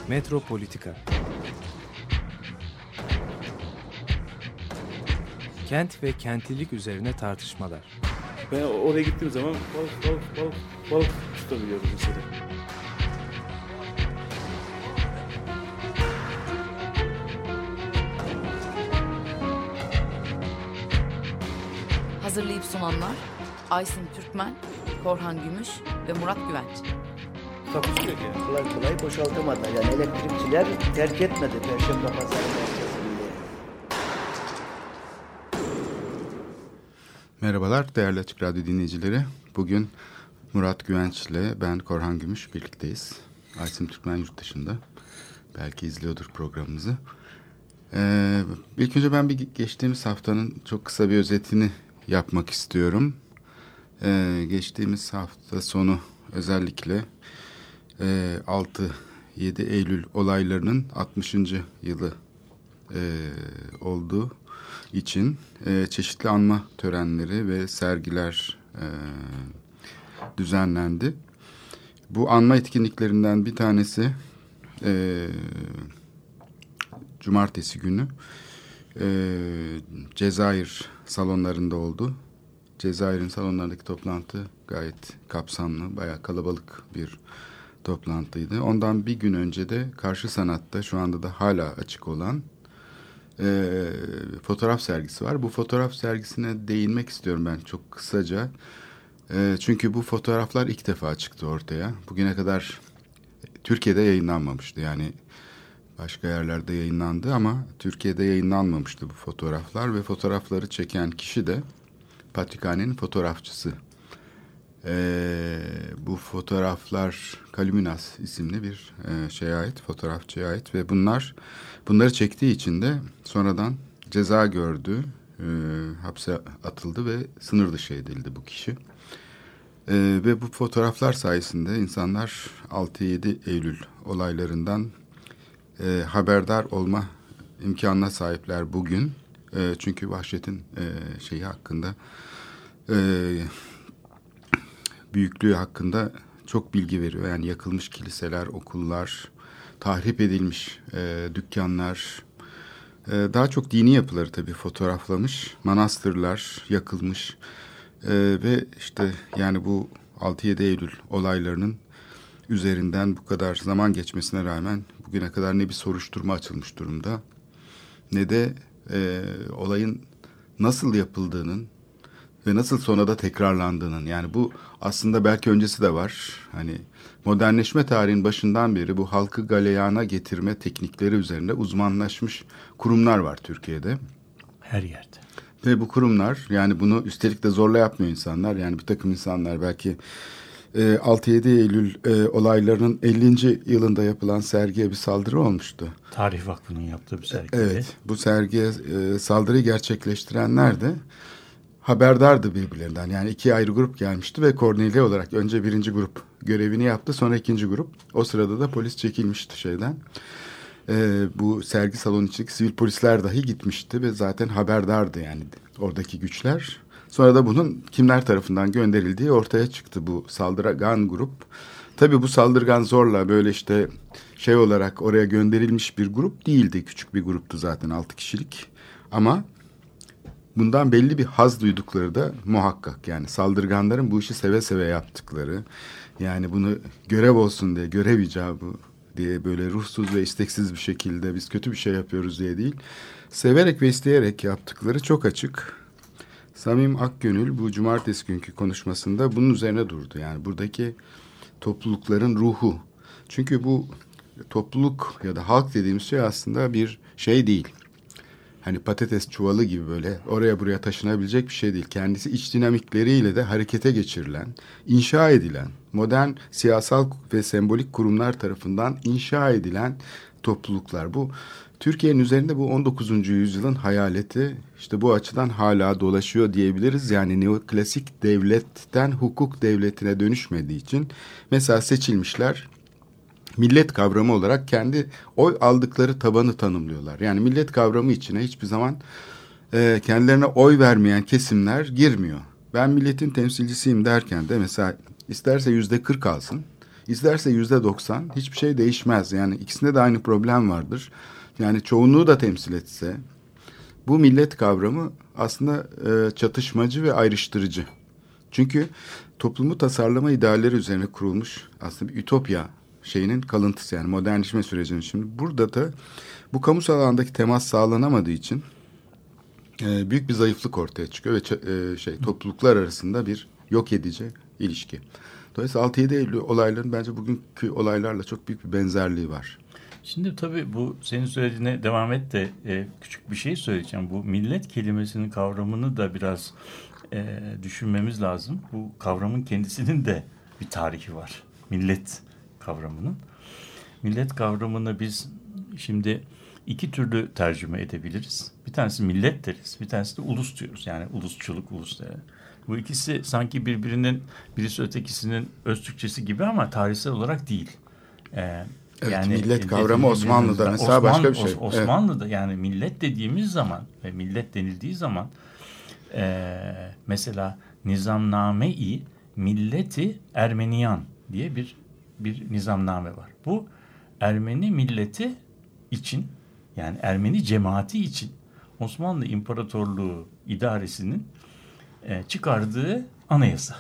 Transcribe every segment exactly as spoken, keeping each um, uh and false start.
Metropolitika. Kent ve kentlilik üzerine tartışmalar. Ben oraya gittiğim zaman balık balık balık balık tutabiliyordum mesela. Hazırlayıp sunanlar Aysin Türkmen, Korhan Gümüş ve Murat Güvenç. Takusuyor ki. Kolay kolay boşaltamadılar. Yani elektrikçiler terk etmedi Perşembe Pazarı merkezini. Merhabalar değerli Açık Radyo dinleyicileri. Bugün Murat Güvenç ile ben Korhan Gümüş birlikteyiz. Aysin Türkmen yurt dışında. Belki izliyordur programımızı. Ee, ilk önce ben bir geçtiğimiz haftanın çok kısa bir özetini yapmak istiyorum. Ee, geçtiğimiz hafta sonu özellikle e, altı yedi Eylül olaylarının altmışıncı yılı e, olduğu için e, çeşitli anma törenleri ve sergiler e, düzenlendi. Bu anma etkinliklerinden bir tanesi e, cumartesi günü e, Cezayir salonlarında oldu. Cezayir'in salonlarındaki toplantı gayet kapsamlı, bayağı kalabalık bir toplantıydı. Ondan bir gün önce de Karşı Sanat'ta şu anda da hala açık olan e, fotoğraf sergisi var. Bu fotoğraf sergisine değinmek istiyorum ben çok kısaca. E, çünkü bu fotoğraflar ilk defa çıktı ortaya. Bugüne kadar Türkiye'de yayınlanmamıştı. Yani başka yerlerde yayınlandı ama Türkiye'de yayınlanmamıştı bu fotoğraflar ve fotoğrafları çeken kişi de Patrikhane'nin fotoğrafçısı. Ee, bu fotoğraflar Kalüminas isimli bir e, şeye ait, fotoğrafçıya ait ve bunlar bunları çektiği için de sonradan ceza gördü, e, hapse atıldı ve sınır dışı edildi bu kişi. E, ve bu fotoğraflar sayesinde insanlar altı yedi Eylül olaylarından e, haberdar olma imkanına sahipler bugün. E, çünkü vahşetin e, şeyi hakkında, e, büyüklüğü hakkında çok bilgi veriyor. Yani yakılmış kiliseler, okullar, tahrip edilmiş e, dükkanlar, e, daha çok dini yapıları tabii fotoğraflamış, manastırlar yakılmış e, ve işte yani bu altı yedi Eylül olaylarının üzerinden bu kadar zaman geçmesine rağmen bugüne kadar ne bir soruşturma açılmış durumda ne de e, olayın nasıl yapıldığının ve nasıl sonra da tekrarlandığının, yani bu aslında belki öncesi de var. Hani modernleşme tarihinin başından beri bu halkı galeyana getirme teknikleri üzerinde uzmanlaşmış kurumlar var Türkiye'de. Her yerde. Ve bu kurumlar, yani bunu üstelik de zorla yapmıyor insanlar. Yani bir takım insanlar belki e, altı yedi Eylül e, olaylarının ellinci yılında yapılan sergiye bir saldırı olmuştu. Tarih Vakfı'nın yaptığı bir sergi. Evet, bu sergiye e, saldırıyı gerçekleştirenler de haberdardı birbirlerinden. Yani iki ayrı grup gelmişti ve koordineli olarak önce birinci grup görevini yaptı, sonra ikinci grup. O sırada da polis çekilmişti şeyden. Ee, bu sergi salonu içindeki sivil polisler dahi gitmişti ve zaten haberdardı yani oradaki güçler. Sonra da bunun kimler tarafından gönderildiği ortaya çıktı, bu saldırgan grup. Tabii bu saldırgan zorla böyle işte şey olarak oraya gönderilmiş bir grup değildi. Küçük bir gruptu zaten, altı kişilik. Ama bundan belli bir haz duydukları da muhakkak. Yani saldırganların bu işi seve seve yaptıkları, yani bunu görev olsun diye, görev icabı diye böyle ruhsuz ve isteksiz bir şekilde biz kötü bir şey yapıyoruz diye değil, severek ve isteyerek yaptıkları çok açık. Samim Akgönül bu cumartesi günkü konuşmasında bunun üzerine durdu. Yani buradaki toplulukların ruhu. Çünkü bu topluluk ya da halk dediğimiz şey aslında bir şey değil. Hani patates çuvalı gibi böyle oraya buraya taşınabilecek bir şey değil. Kendisi iç dinamikleriyle de harekete geçirilen, inşa edilen, modern siyasal ve sembolik kurumlar tarafından inşa edilen topluluklar. Bu Türkiye'nin üzerinde bu on dokuzuncu yüzyılın hayaleti, işte bu açıdan hala dolaşıyor diyebiliriz. Yani neoklasik devletten hukuk devletine dönüşmediği için mesela seçilmişler millet kavramı olarak kendi oy aldıkları tabanı tanımlıyorlar. Yani millet kavramı içine hiçbir zaman e, kendilerine oy vermeyen kesimler girmiyor. Ben milletin temsilcisiyim derken de mesela isterse yüzde kırk alsın, İzlerse yüzde doksan hiçbir şey değişmez. Yani ikisinde de aynı problem vardır. Yani çoğunluğu da temsil etse bu millet kavramı aslında e, çatışmacı ve ayrıştırıcı. Çünkü toplumu tasarlama idealleri üzerine kurulmuş aslında bir ütopya şeyinin kalıntısı, yani modernleşme sürecinin. Şimdi burada da bu kamusal alandaki temas sağlanamadığı için e, büyük bir zayıflık ortaya çıkıyor ve e, şey topluluklar arasında bir yok edici ilişki. Dolayısıyla altı yedi Eylül olaylarının bence bugünkü olaylarla çok büyük bir benzerliği var. Şimdi tabii bu senin söylediğine devam et de e, küçük bir şey söyleyeceğim. Bu millet kelimesinin kavramını da biraz e, düşünmemiz lazım. Bu kavramın kendisinin de bir tarihi var. Millet kavramının. Millet kavramını biz şimdi iki türlü tercüme edebiliriz. Bir tanesi millet deriz, bir tanesi de ulus diyoruz. Yani ulusçuluk, ulus deriz. Bu ikisi sanki birbirinin, birisi ötekisinin öz Türkçesi gibi ama tarihsel olarak değil. Ee, Evet, yani millet kavramı Osmanlı'da mesela Osman, başka bir şey. Os, Osmanlı'da evet. Yani millet dediğimiz zaman ve millet denildiği zaman e, mesela Nizamname-i Milleti Ermeniyan diye bir bir nizamname var. Bu Ermeni milleti için, yani Ermeni cemaati için Osmanlı İmparatorluğu idaresinin e, çıkardığı anayasa.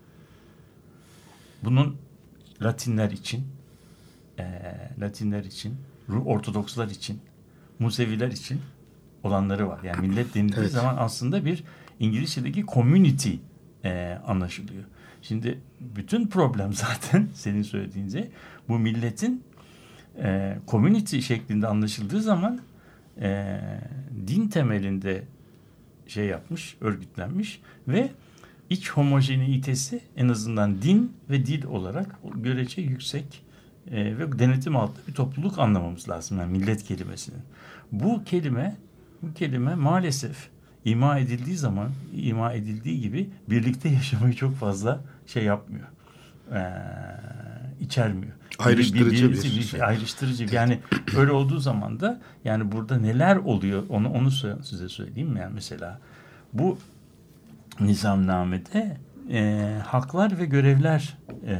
Bunun Latinler için, e, Latinler için, Ortodokslar için, Museviler için olanları var. Yani millet denildiği evet. zaman aslında bir İngilizce'deki community e, anlaşılıyor. Şimdi bütün problem zaten senin söylediğince bu milletin e, community şeklinde anlaşıldığı zaman e, din temelinde şey yapmış, örgütlenmiş ve iç homojeneitesi en azından din ve dil olarak görece yüksek e, ve denetim altında bir topluluk anlamamız lazım. Yani millet kelimesinin. Bu kelime, bu kelime maalesef ima edildiği zaman, ima edildiği gibi birlikte yaşamayı çok fazla şey yapmıyor. Ee, içermiyor. Ayrıştırıcı bir, bir, bir, bir şey. Ayrıştırıcı. Yani öyle olduğu zaman da yani burada neler oluyor onu onu size söyleyeyim mi? Yani mesela bu nizamnamede e, haklar ve görevler e,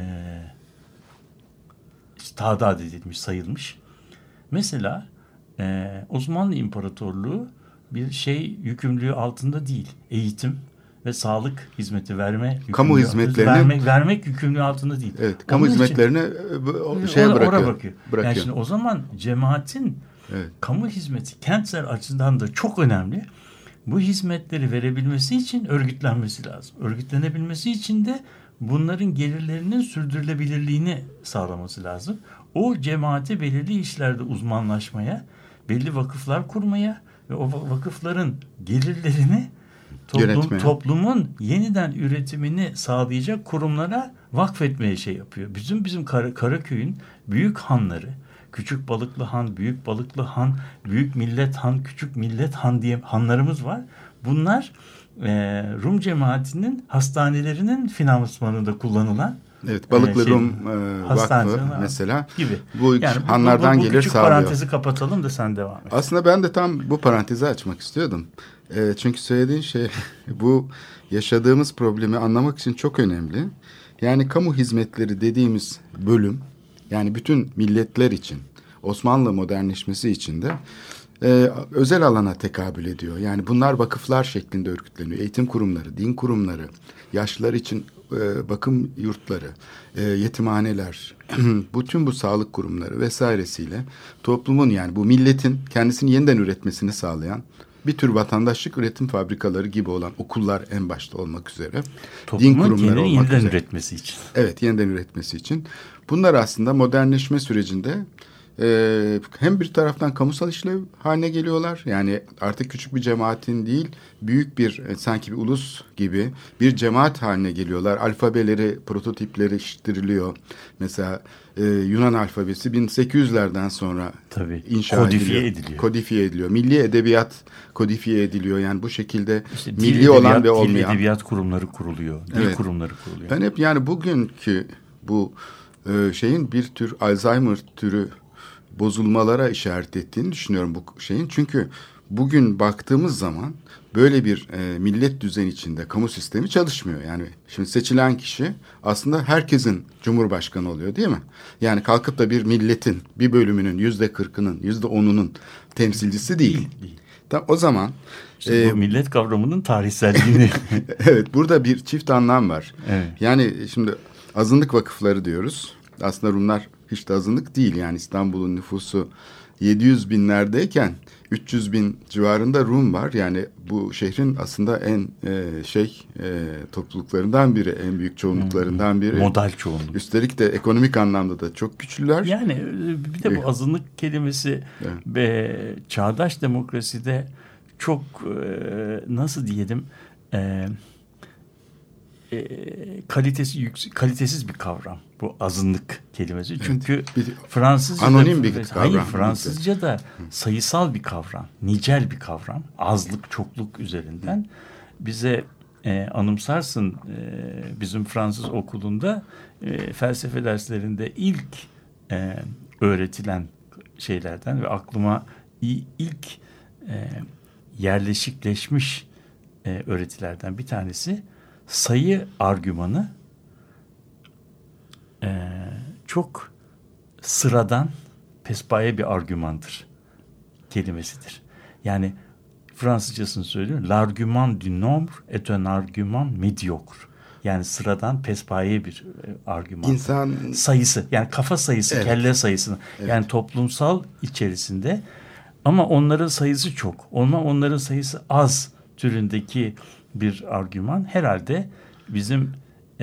tadat edilmiş, sayılmış. Mesela e, Osmanlı İmparatorluğu bir şey yükümlülüğü altında değil. Eğitim ve sağlık hizmeti verme kamu hizmetlerini vermek, vermek yükümlülüğü altında değil. Evet, kamu Onun hizmetlerini şeye or, bırakıyor. bırakıyor. bırakıyor. Yani şimdi o zaman cemaatin evet. kamu hizmeti kentsel açıdan da çok önemli. Bu hizmetleri verebilmesi için örgütlenmesi lazım. Örgütlenebilmesi için de bunların gelirlerinin sürdürülebilirliğini sağlaması lazım. O cemaati belirli işlerde uzmanlaşmaya, belli vakıflar kurmaya ve o vakıfların gelirlerini toplum, toplumun yeniden üretimini sağlayacak kurumlara vakfetmeye şey yapıyor. Bizim bizim Kar- Karaköy'ün büyük hanları, Küçük Balıklı Han, Büyük Balıklı Han, Büyük Millet Han, Küçük Millet Han diye hanlarımız var. Bunlar e, Rum cemaatinin hastanelerinin finansmanında kullanılan evet, Balıklı e, şey, Rum e, Vakfı mesela gibi. Bu yani hanlardan bu, bu, bu gelir sağlıyor. Bu parantezi kapatalım da sen devam et. Aslında ben de tam bu parantezi açmak istiyordum. E, çünkü söylediğin şey bu yaşadığımız problemi anlamak için çok önemli. Yani kamu hizmetleri dediğimiz bölüm, yani bütün milletler için, Osmanlı modernleşmesi için de e, özel alana tekabül ediyor. Yani bunlar vakıflar şeklinde örgütleniyor. Eğitim kurumları, din kurumları, yaşlılar için e, bakım yurtları, e, yetimhaneler, bütün bu sağlık kurumları vesairesiyle toplumun, yani bu milletin kendisini yeniden üretmesini sağlayan bir tür vatandaşlık üretim fabrikaları gibi olan okullar en başta olmak üzere, toplumun din kurumları olmak yeniden üzere. üretmesi için. Evet, yeniden üretmesi için. Bunlar aslında modernleşme sürecinde e, hem bir taraftan kamusal işlev haline geliyorlar. Yani artık küçük bir cemaatin değil, büyük bir e, sanki bir ulus gibi bir cemaat haline geliyorlar. Alfabeleri, prototipleri iştiriliyor. Mesela e, Yunan alfabesi bin sekiz yüzlerden sonra Tabii, inşa kodifiye ediliyor. ediliyor. Kodifiye ediliyor. Milli edebiyat kodifiye ediliyor. Yani bu şekilde işte milli edebiyat, olan ve olmayan. Dil edebiyat kurumları kuruluyor. Dil evet. kurumları kuruluyor. Ben hep yani bugünkü bu e, şeyin bir tür Alzheimer türü bozulmalara işaret ettiğini düşünüyorum bu şeyin. Çünkü bugün baktığımız zaman böyle bir e, millet düzeni içinde kamu sistemi çalışmıyor. Yani şimdi seçilen kişi aslında herkesin cumhurbaşkanı oluyor değil mi? Yani kalkıp da bir milletin bir bölümünün yüzde kırkının, yüzde onunun temsilcisi değil. Değil, değil. Tam o zaman İşte e, bu millet kavramının tarihselliğini. evet, burada bir çift anlam var. Evet. Yani şimdi azınlık vakıfları diyoruz. Aslında Rumlar hiç de azınlık değil. Yani İstanbul'un nüfusu yedi yüz binlerdeyken üç yüz bin civarında Rum var. Yani bu şehrin aslında en e, şey e, topluluklarından biri, en büyük çoğunluklarından biri. Modal çoğunluk. Üstelik de ekonomik anlamda da çok güçlüler. Yani bir de bu azınlık kelimesi Evet. be, çağdaş demokraside çok e, nasıl diyelim e, e, kalitesi yüksek, kalitesiz bir kavram bu azınlık kelimesi. Çünkü Bir- Fransızca anonim bir hayır, kavram. Fransızca da sayısal bir kavram, nicel bir kavram. Azlık, çokluk üzerinden bize e, anımsarsın e, bizim Fransız okulunda e, felsefe derslerinde ilk e, öğretilen şeylerden ve aklıma i- ilk e, yerleşikleşmiş e, öğretilerden bir tanesi sayı argümanı e, çok sıradan pespaye bir argümandır kelimesidir. Yani Fransızcasını söylüyorum. L'argument du nombre est un argument médiocre. Yani sıradan pespaye bir e, argüman. İnsan Sayısı, yani kafa sayısı, Evet. kelle sayısını. Evet. Yani toplumsal içerisinde ama onların sayısı çok. Ama onların sayısı az türündeki bir argüman herhalde bizim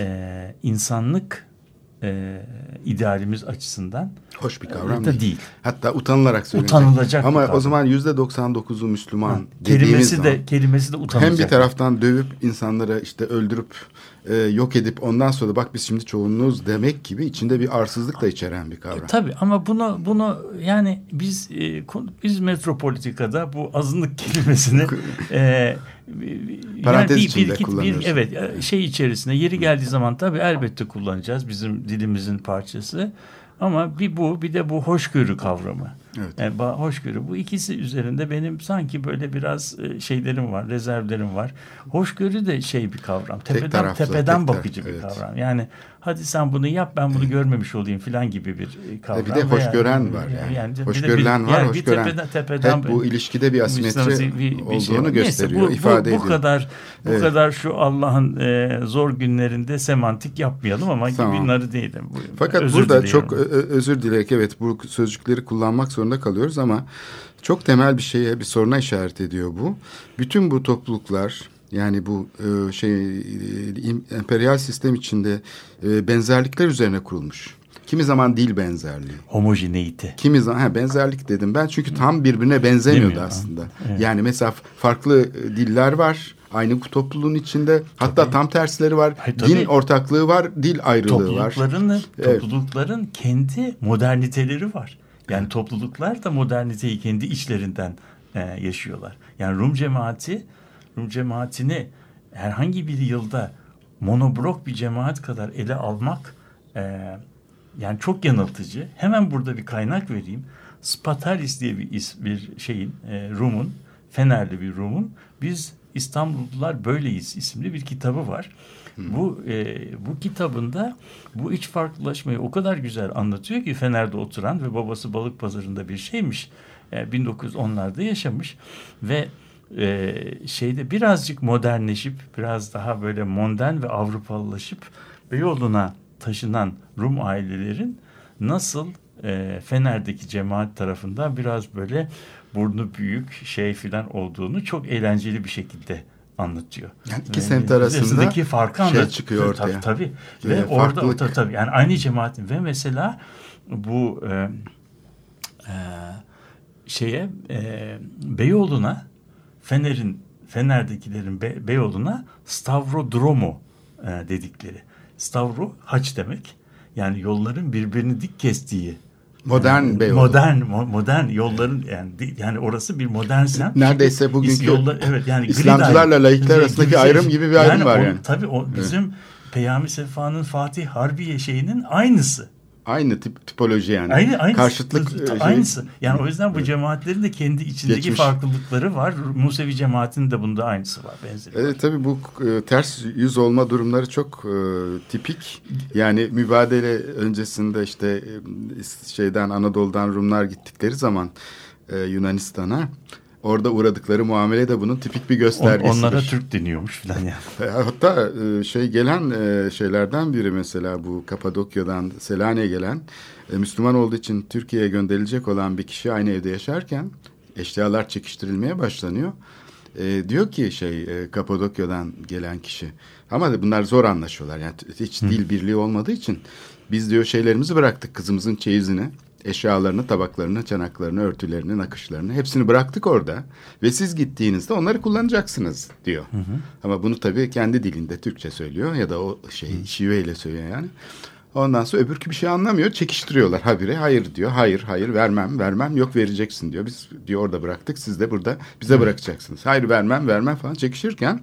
e, insanlık e, idealimiz açısından hoş bir kavram da değil. değil. Hatta utanılarak söylenecek. Utanılacak bir Ama kavram. o zaman yüzde doksan dokuzu Müslüman Ha, dediğimiz kelimesi zaman de kelimesi de utanılacak. hem bir taraftan dövüp insanları işte öldürüp e, yok edip ondan sonra da bak biz şimdi çoğunluğuz demek gibi içinde bir arsızlık da içeren bir kavram. E, tabii ama bunu bunu yani biz e, kon- biz metropolitikada bu azınlık kelimesini e, Parantez bir- içinde bir- bir- kullanıyoruz. evet e, şey içerisinde yeri geldiği zaman tabii elbette kullanacağız bizim dilimizin parçası. Ama bir bu bir de bu hoşgörü kavramı. Evet. Yani ba- hoşgörü bu ikisi üzerinde benim sanki böyle biraz e, şeylerim var, rezervlerim var. Hoşgörü de şey bir kavram. Tek Tepeden taraflı, tepeden tek bakıcı taraf, bir evet. kavram. Yani hadi sen bunu yap ben bunu görmemiş olayım filan gibi bir e, kavram. Bir de hoşgören var yani. bir de Hoşgörülen bir- var, yani hoşgören. Bir tepeden, tepeden Hep bu ilişkide bir asimetri bir- bir olduğunu şey var. gösteriyor, Neyse, bu, ifade bu, ediyor. Bu kadar bu Evet. kadar şu Allah'ın e, zor günlerinde semantik yapmayalım ama Tamam. gibi narı değilim. Bu- Fakat özür burada diliyorum. çok ö- ö- özür dileyerek evet bu sözcükleri kullanmak zorunda kalıyoruz ama çok temel bir şeye, bir soruna işaret ediyor bu. Bütün bu topluluklar yani bu e, şey e, emperyal sistem içinde e, benzerlikler üzerine kurulmuş. Kimi zaman dil benzerliği. Homojeneite. Kimi zaman ha, benzerlik dedim ben çünkü tam birbirine benzemiyordu Demiyor, aslında. evet. Yani mesela farklı e, diller var aynı topluluğun içinde. Hatta Tabii. tam tersleri var. Hayır, tabii. Din ortaklığı var, dil ayrılığı var. Toplulukların, Evet. toplulukların kendi moderniteleri var. Yani topluluklar da moderniteyi kendi içlerinden e, yaşıyorlar. Yani Rum cemaati, Rum cemaatini herhangi bir yılda monoblok bir cemaat kadar ele almak e, yani çok yanıltıcı. Hemen burada bir kaynak vereyim. Spatalis diye bir is, bir şeyin e, Rum'un, Fenerli bir Rum'un biz İstanbullular böyleyiz isimli bir kitabı var. Hmm. Bu e, bu kitabında bu iç farklılaşmayı o kadar güzel anlatıyor ki Fener'de oturan ve babası Balıkpazarı'nda bir şeymiş. E, bin dokuz yüz onlarda yaşamış ve e, şeyde birazcık modernleşip biraz daha böyle modern ve Avrupalılaşıp Beyoğlu'na taşınan Rum ailelerin nasıl e, Fener'deki cemaat tarafından biraz böyle burnu büyük şey filan olduğunu çok eğlenceli bir şekilde anlatıyor. Yani iki semt arasında farkı şey anlatıyor. çıkıyor ortaya. Tabii, tabii. Ee, Ve orada farklılık. tabii, tabii yani aynı cemaatin ve mesela bu e, e, şeye e, Beyoğlu'na Fener'in Fener'dekilerin Be, Beyoğlu'na Stavrodromo e, dedikleri. Stavro haç demek. Yani yolların birbirini dik kestiği. Modern yani, Beyoğlu. Modern mo, modern yolların yani yani orası bir modern semt. Neredeyse bugünkü Yollar, evet yani İslamcılarla grid laikler ayrım arasındaki gibi ayrım şey. gibi bir ayrım var o, yani. Tabii o bizim evet. Peyami Sefa'nın Fatih Harbiye şeyinin aynısı. aynı tip tipoloji yani. Aynı, aynı, Karşıtlık t- t- şey, aynısı. Yani o yüzden bu cemaatlerin de kendi içindeki Geçmiş. farklılıkları var. Musevi cemaatinin de bunda aynısı var, benzeri var. Evet, tabii bu e, ters yüz olma durumları çok e, tipik. Yani mübadele öncesinde işte e, şeyden Anadolu'dan Rumlar gittikleri zaman e, Yunanistan'a, orada uğradıkları muamele de bunun tipik bir göstergesidir. Onlara Türk deniyormuş falan yani. Hatta e, şey gelen e, şeylerden biri mesela bu Kapadokya'dan Selanik'e gelen e, Müslüman olduğu için Türkiye'ye gönderilecek olan bir kişi aynı evde yaşarken eşyalar çekiştirilmeye başlanıyor. E, diyor ki şey e, Kapadokya'dan gelen kişi, ama bunlar zor anlaşıyorlar yani hiç Hı. dil birliği olmadığı için biz diyor şeylerimizi bıraktık, kızımızın çeyizini, eşyalarını, tabaklarını, çanaklarını, örtülerini, nakışlarını hepsini bıraktık orada ve siz gittiğinizde onları kullanacaksınız diyor. Hı hı. Ama bunu tabii kendi dilinde Türkçe söylüyor ya da o şey şiveyle söylüyor yani. Ondan sonra öbürkü bir şey anlamıyor, çekiştiriyorlar habire. Hayır diyor, hayır, hayır vermem, vermem, yok vereceksin diyor. Biz diyor orada bıraktık, siz de burada bize hı. bırakacaksınız. Hayır vermem, vermem falan çekişirken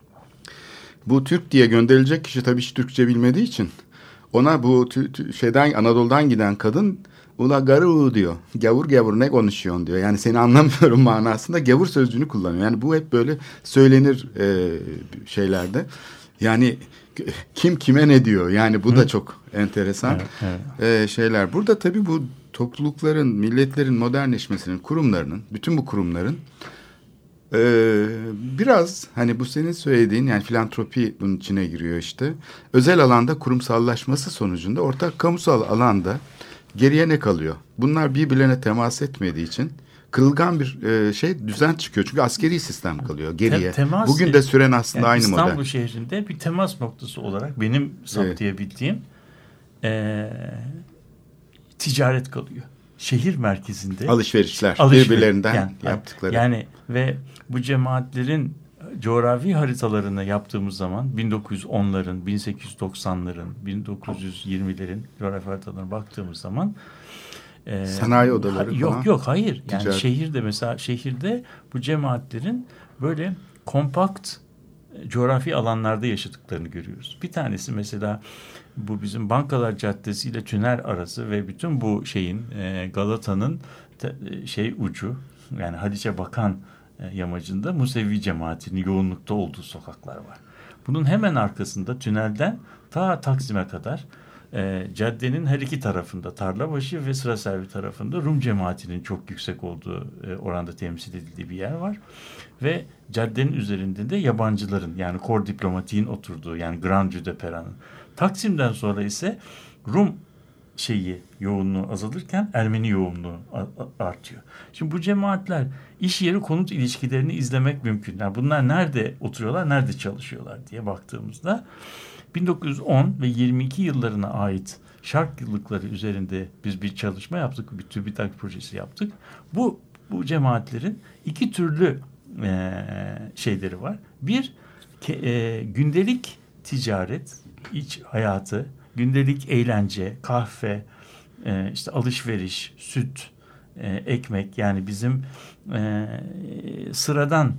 bu Türk diye gönderilecek kişi tabii hiç Türkçe bilmediği için ona bu tü, tü, şeyden Anadolu'dan giden kadın ula garu diyor. Gavur gavur ne konuşuyorsun diyor. Yani seni anlamıyorum manasında gavur sözcüğünü kullanıyor. Yani bu hep böyle söylenir e, şeylerde. Yani kim kime ne diyor. Yani bu Hı. da çok enteresan evet, evet. E, şeyler. Burada tabii bu toplulukların, milletlerin modernleşmesinin, kurumlarının, bütün bu kurumların e, biraz hani bu senin söylediğin yani filantropi bunun içine giriyor işte. Özel alanda kurumsallaşması sonucunda ortak kamusal alanda geriye ne kalıyor? Bunlar birbirlerine temas etmediği için kırılgan bir e, şey düzen çıkıyor. Çünkü askeri sistem kalıyor geriye. Te- temas, Bugün de süren aslında yani aynı İstanbul model. İstanbul şehrinde bir temas noktası olarak benim saptayabildiğim evet. e, ticaret kalıyor. Şehir merkezinde. Alışverişler. Alışveriş, birbirlerinden yani, yaptıkları. Yani ve bu cemaatlerin coğrafi haritalarını yaptığımız zaman bin dokuz yüz onların, bin sekiz yüz doksanların, bin dokuz yüz yirmilerin coğrafi haritalarına baktığımız zaman e, sanayi odaları ha, yok falan. yok hayır. Yani Ticaret. şehirde mesela şehirde bu cemaatlerin böyle kompakt coğrafi alanlarda yaşadıklarını görüyoruz. Bir tanesi mesela bu bizim Bankalar Caddesi ile Tünel arası ve bütün bu şeyin e, Galata'nın te, şey ucu yani Haliç'e bakan yamacında Musevi cemaatinin yoğunlukta olduğu sokaklar var. Bunun hemen arkasında tünelden ta Taksim'e kadar e, caddenin her iki tarafında Tarlabaşı ve Sıraservi tarafında Rum cemaatinin çok yüksek olduğu e, oranda temsil edildiği bir yer var. Ve caddenin üzerinde de yabancıların yani kor diplomatiğin oturduğu yani Grand Duc de Pera'nın. Taksim'den sonra ise Rum şeyi yoğunluğu azalırken Ermeni yoğunluğu artıyor. Şimdi bu cemaatler iş yeri konut ilişkilerini izlemek mümkün. Yani bunlar nerede oturuyorlar, nerede çalışıyorlar diye baktığımızda bin dokuz yüz on ve yirmi iki yıllarına ait şark yıllıkları üzerinde biz bir çalışma yaptık, bir TÜBİTAK projesi yaptık. Bu bu cemaatlerin iki türlü e, şeyleri var. Bir e, gündelik ticaret, iç hayatı, gündelik eğlence, kahve, e, işte alışveriş, süt, e, ekmek yani bizim e, sıradan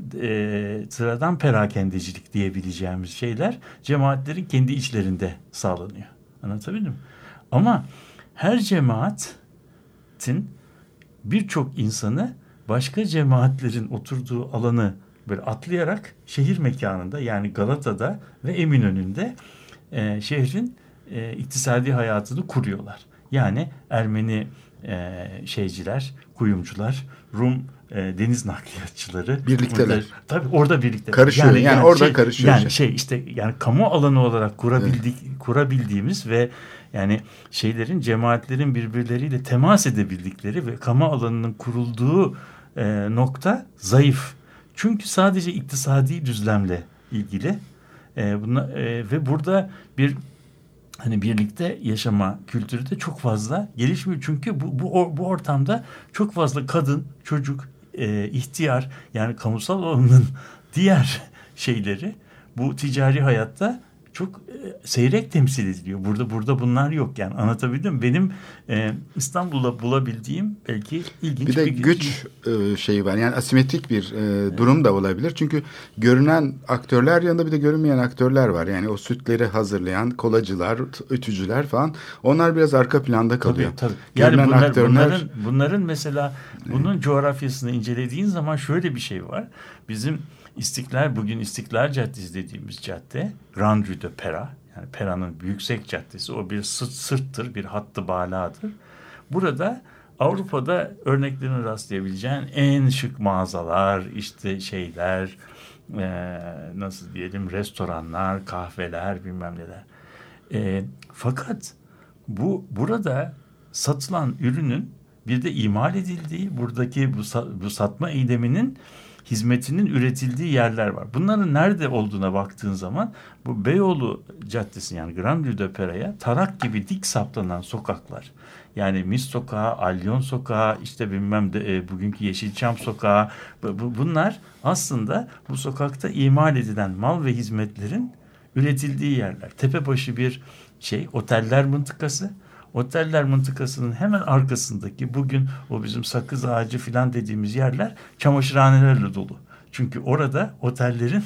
e, sıradan perakendecilik diyebileceğimiz şeyler cemaatlerin kendi içlerinde sağlanıyor. Anlatabildim mi? Ama her cemaatin birçok insanı başka cemaatlerin oturduğu alanı böyle atlayarak şehir mekanında yani Galata'da ve Eminönü'nde e, şehrin e, iktisadi hayatını kuruyorlar. Yani Ermeni e, şeyciler, kuyumcular, Rum e, deniz nakliyatçıları. Birlikteler. Burada, tabii orada birlikteler. Karışıyor. Yani, yani, yani orada şey, karışıyor. Yani şey işte yani kamu alanı olarak kurabildik, evet. kurabildiğimiz ve yani şeylerin, cemaatlerin birbirleriyle temas edebildikleri ve kamu alanının kurulduğu e, nokta zayıf. Çünkü sadece iktisadi düzlemle ilgili e, buna, e, ve burada bir hani birlikte yaşama kültürü de çok fazla gelişmiyor. Çünkü bu bu, bu ortamda çok fazla kadın, çocuk, e, ihtiyar yani kamusal alanın diğer şeyleri bu ticari hayatta çok e, seyrek temsil ediliyor. Burada burada bunlar yok yani, anlatabildim mi? Benim e, İstanbul'da bulabildiğim belki ilginç bir de bir güç e, şeyi var. Yani asimetrik bir e, durum da olabilir. Çünkü görünen aktörler yanında bir de görünmeyen aktörler var. Yani o sütleri hazırlayan kolacılar, ötücüler falan. Onlar biraz arka planda kalıyor. Tabii, tabii. Yani bunlar, aktörler... bunların bunların mesela bunun evet. coğrafyasını incelediğin zaman şöyle bir şey var. Bizim İstiklal, bugün İstiklal Caddesi dediğimiz cadde, Grand Rue de Pera, yani Pera'nın yüksek caddesi, o bir sırt, sırttır, bir hattı baladır. Burada Avrupa'da örneklerini rastlayabileceğin en şık mağazalar, işte şeyler, e, nasıl diyelim, restoranlar, kahveler, bilmem neler. E, fakat bu burada satılan ürünün bir de imal edildiği, buradaki bu, bu satma eyleminin hizmetinin üretildiği yerler var. Bunların nerede olduğuna baktığın zaman bu Beyoğlu Caddesi, yani Grand Rue de Pera'ya tarak gibi dik saplanan sokaklar. Yani Mis Sokağı, Alyon Sokağı, işte bilmem de e, bugünkü Yeşilçam Sokağı. Bu, bunlar aslında bu sokakta imal edilen mal ve hizmetlerin üretildiği yerler. Tepebaşı bir şey, oteller mıntıkası. Oteller mıntıkasının hemen arkasındaki bugün o bizim sakız ağacı filan dediğimiz yerler çamaşırhanelerle dolu. Çünkü orada otellerin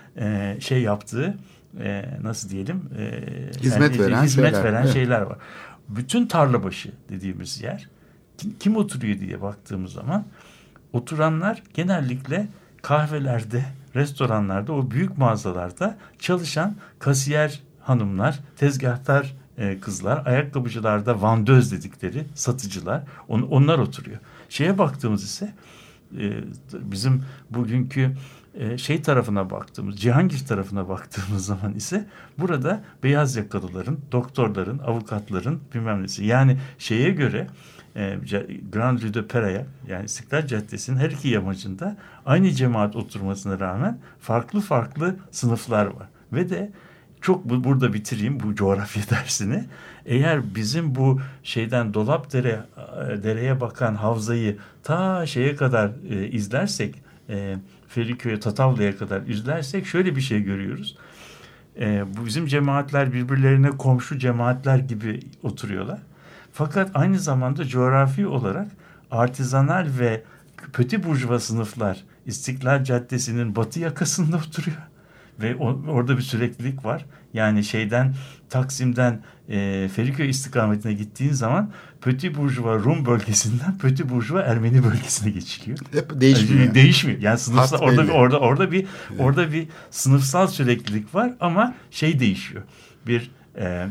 e, şey yaptığı e, nasıl diyelim e, hizmet yani, veren, hizmet şeyler, veren evet. şeyler var. Bütün Tarlabaşı dediğimiz yer kim, kim oturuyor diye baktığımız zaman oturanlar genellikle kahvelerde, restoranlarda, o büyük mağazalarda çalışan kasiyer hanımlar, tezgahtar e, kızlar, ayakkabıcılarda vandöz dedikleri satıcılar, on, onlar oturuyor. Şeye baktığımız ise e, bizim bugünkü e, şey tarafına baktığımız, Cihangir tarafına baktığımız zaman ise burada beyaz yakalıların, doktorların, avukatların bilmem nesi. Yani şeye göre e, Grand Rue de Pera'ya, yani İstiklal Caddesi'nin her iki yamacında aynı cemaat oturmasına rağmen farklı farklı sınıflar var. Ve de çok bu, burada bitireyim bu coğrafya dersini. Eğer bizim bu şeyden Dolapdere dereye bakan havzayı ta şeye kadar e, izlersek, e, Feriköy'e, Tatavla'ya kadar izlersek şöyle bir şey görüyoruz. E, bu bizim cemaatler birbirlerine komşu cemaatler gibi oturuyorlar. Fakat aynı zamanda coğrafi olarak artizanal ve petit burjuva sınıflar İstiklal Caddesi'nin batı yakasında oturuyor. Ve o, orada bir süreklilik var. Yani şeyden, Taksim'den e, Feriköy istikametine gittiğin zaman Petit Bourgeois Rum bölgesinden Petit Bourgeois Ermeni bölgesine geçiliyor. Hep değişmiyor. Yani, değişmiyor. Yani sınıfsal, orada bir orada orada bir evet. orada bir sınıfsal süreklilik var ama şey değişiyor. Bir e, e,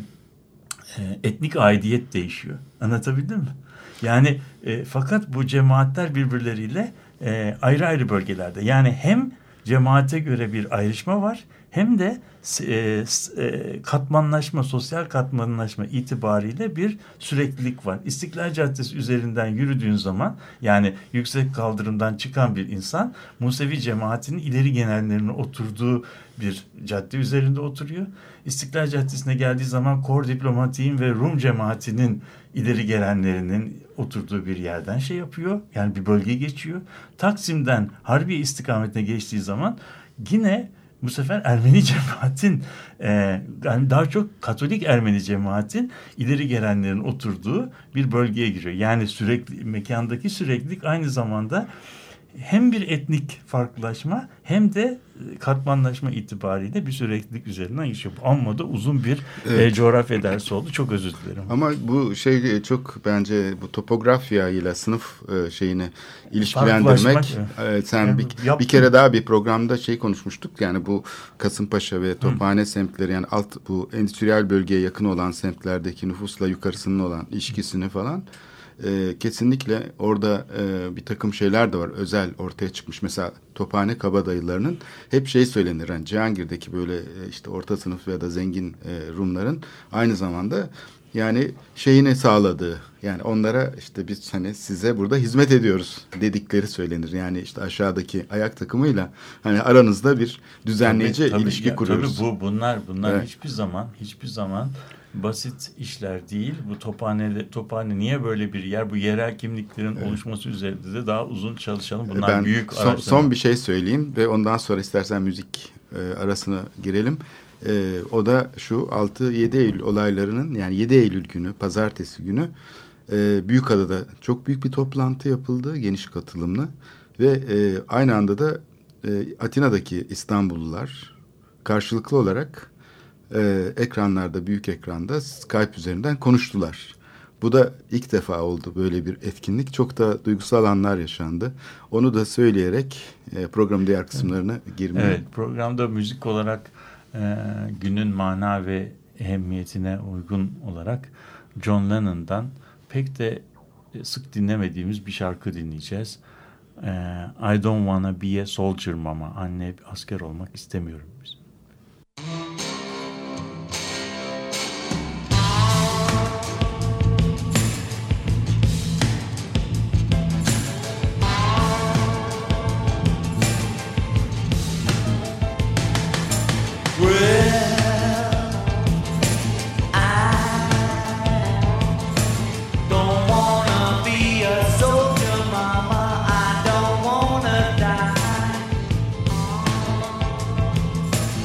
etnik aidiyet değişiyor. Anlatabildim mi? Yani e, fakat bu cemaatler birbirleriyle e, ayrı ayrı bölgelerde. Yani hem cemaate göre bir ayrışma var, hem de e, e, katmanlaşma, sosyal katmanlaşma itibariyle bir süreklilik var. İstiklal Caddesi üzerinden yürüdüğün zaman, yani yüksek kaldırımdan çıkan bir insan Musevi cemaatinin ileri genellerine oturduğu bir cadde üzerinde oturuyor. İstiklal Caddesi'ne geldiği zaman Kor Diplomatiğin ve Rum cemaatinin ileri gelenlerinin oturduğu bir yerden şey yapıyor. Yani bir bölge geçiyor. Taksim'den Harbiye istikametine geçtiği zaman yine bu sefer Ermeni cemaatin e, yani daha çok Katolik Ermeni cemaatin ileri gelenlerin oturduğu bir bölgeye giriyor. Yani sürekli mekandaki süreklilik aynı zamanda hem bir etnik farklılaşma hem de katmanlaşma itibariyle bir süreklilik üzerinden geçiyor. Amma da uzun bir evet. e, coğrafya dersi oldu. Çok özür dilerim. Ama bu şey çok bence bu topografya ile sınıf e, şeyini ilişkilendirmek. E, sen yani, bir, bir kere daha bir programda şey konuşmuştuk. Yani bu Kasımpaşa ve Tophane Hı. semtleri, yani alt bu endüstriyel bölgeye yakın olan semtlerdeki nüfusla yukarısının olan ilişkisini falan. Ee, kesinlikle orada e, bir takım şeyler de var. Özel ortaya çıkmış. Mesela Tophane kabadayılarının hep şey söylenir. Yani Cihangir'deki böyle e, işte orta sınıf ya da zengin e, Rumların aynı zamanda yani şeyini sağladığı, yani onlara işte biz hani size burada hizmet ediyoruz dedikleri söylenir. Yani işte aşağıdaki ayak takımıyla hani aranızda bir düzenleyici tabii, tabii, ilişki ya, kuruyoruz. Tabii bu bunlar bunlar evet. hiçbir zaman hiçbir zaman basit işler değil. Bu Tophane, Tophane niye böyle bir yer? Bu yerel kimliklerin evet. oluşması üzerinde de daha uzun çalışalım. Bunlar ben büyük son, son bir şey söyleyeyim ve ondan sonra istersen müzik e, arasına girelim. E, o da şu altı yedi Eylül olaylarının, yani yedi Eylül günü, pazartesi günü e, Büyükada'da çok büyük bir toplantı yapıldı, geniş katılımlı ve e, aynı anda da e, Atina'daki İstanbullular karşılıklı olarak e, ekranlarda, büyük ekranda Skype üzerinden konuştular. Bu da ilk defa oldu böyle bir etkinlik. Çok da duygusal anlar yaşandı. Onu da söyleyerek e, programın diğer kısımlarına girmeye... Evet, programda müzik olarak e, günün mana ve ehemmiyetine uygun olarak John Lennon'dan pek de sık dinlemediğimiz bir şarkı dinleyeceğiz. E, I don't wanna be a soldier mama. Anne, asker olmak istemiyorum biz. I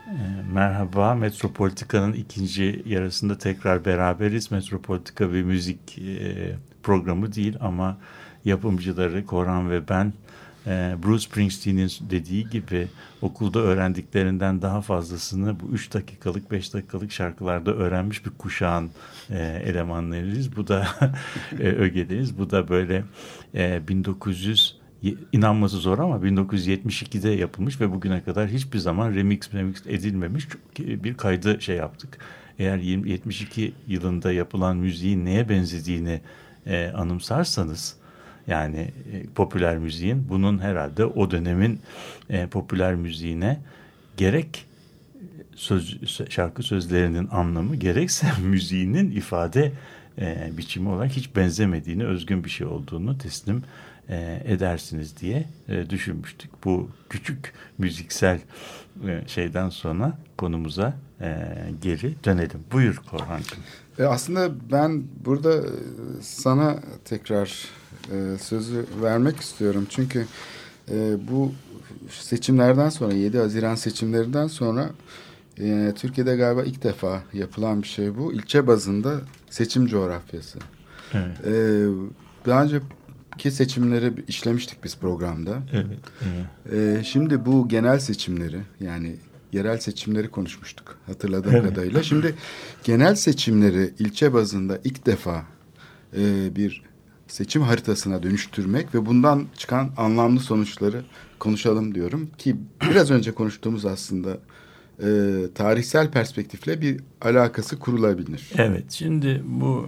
Merhaba, Metropolitika'nın ikinci yarısında tekrar beraberiz. Metropolitika bir müzik e, programı değil ama yapımcıları Korhan ve ben e, Bruce Springsteen'in dediği gibi okulda öğrendiklerinden daha fazlasını bu üç dakikalık, beş dakikalık şarkılarda öğrenmiş bir kuşağın e, elemanlarıyız. Bu da e, ögedeyiz. Bu da böyle e, bin dokuz yüz İnanması zor ama bin dokuz yüz yetmiş ikide yapılmış ve bugüne kadar hiçbir zaman remix remix edilmemiş bir kaydı şey yaptık. Eğer yetmiş iki yılında yapılan müziğin neye benzediğini e, anımsarsanız, yani e, popüler müziğin, bunun herhalde o dönemin e, popüler müziğine gerek söz, şarkı sözlerinin anlamı gerekse müziğinin ifade e, biçimi olarak hiç benzemediğini, özgün bir şey olduğunu teslim E, edersiniz diye e, düşünmüştük. Bu küçük müziksel e, şeyden sonra konumuza e, geri dönelim. Buyur Korhan'cığım. E aslında ben burada sana tekrar e, sözü vermek istiyorum. Çünkü e, bu seçimlerden sonra, yedi Haziran seçimlerinden sonra e, Türkiye'de galiba ilk defa yapılan bir şey bu. İlçe bazında seçim coğrafyası. Evet. E, daha önce ki seçimleri işlemiştik biz programda. Evet, evet. Ee, şimdi bu genel seçimleri, yani yerel seçimleri konuşmuştuk hatırladığım Evet. kadarıyla. Şimdi genel seçimleri ilçe bazında ilk defa e, bir seçim haritasına dönüştürmek ve bundan çıkan anlamlı sonuçları konuşalım diyorum. Ki biraz önce konuştuğumuz aslında e, tarihsel perspektifle bir alakası kurulabilir. Evet, şimdi bu